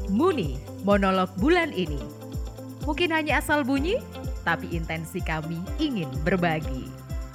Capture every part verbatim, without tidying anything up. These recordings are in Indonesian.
Muni, monolog bulan ini. Mungkin hanya asal bunyi, tapi intensi kami ingin berbagi.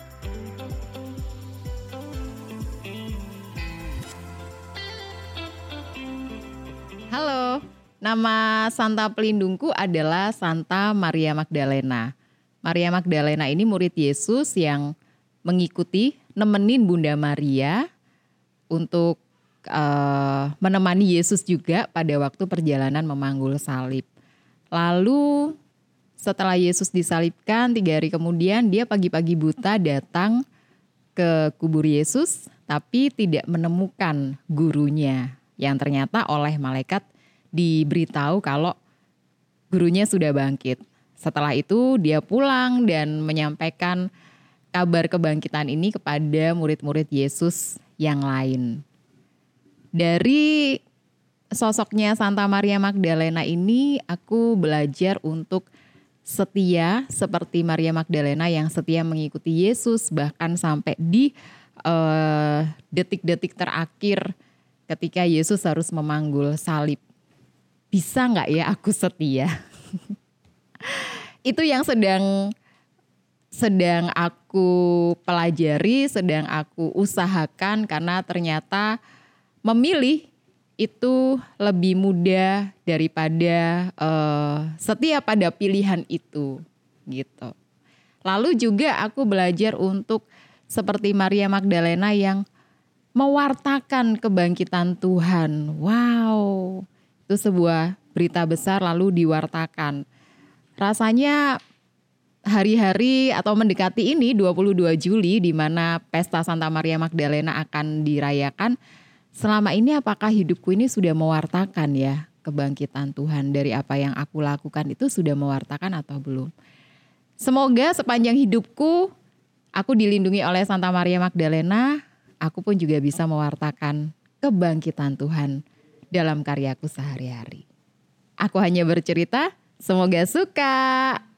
Halo, nama Santa pelindungku adalah Santa Maria Magdalena. Maria Magdalena ini murid Yesus yang mengikuti, nemenin Bunda Maria untuk uh, menemani Yesus juga pada waktu perjalanan memanggul salib. Lalu setelah Yesus disalibkan, tiga hari kemudian dia pagi-pagi buta datang ke kubur Yesus, tapi tidak menemukan gurunya, yang ternyata oleh malaikat diberitahu kalau gurunya sudah bangkit. Setelah itu dia pulang dan menyampaikan kabar kebangkitan ini kepada murid-murid Yesus yang lain. Dari sosoknya Santa Maria Magdalena ini aku belajar untuk setia seperti Maria Magdalena yang setia mengikuti Yesus bahkan sampai di uh, detik-detik terakhir ketika Yesus harus memanggul salib. Bisa gak ya aku setia? Itu yang sedang sedang aku pelajari, sedang aku usahakan karena ternyata memilih itu lebih mudah daripada uh, setia pada pilihan itu gitu. Lalu juga aku belajar untuk seperti Maria Magdalena yang mewartakan kebangkitan Tuhan. Wow, itu sebuah berita besar lalu diwartakan. Rasanya hari-hari atau mendekati ini dua puluh dua Juli di mana pesta Santa Maria Magdalena akan dirayakan. Selama ini apakah hidupku ini sudah mewartakan ya kebangkitan Tuhan, dari apa yang aku lakukan itu sudah mewartakan atau belum? Semoga sepanjang hidupku aku dilindungi oleh Santa Maria Magdalena, aku pun juga bisa mewartakan kebangkitan Tuhan dalam karyaku sehari-hari. Aku hanya bercerita, semoga suka.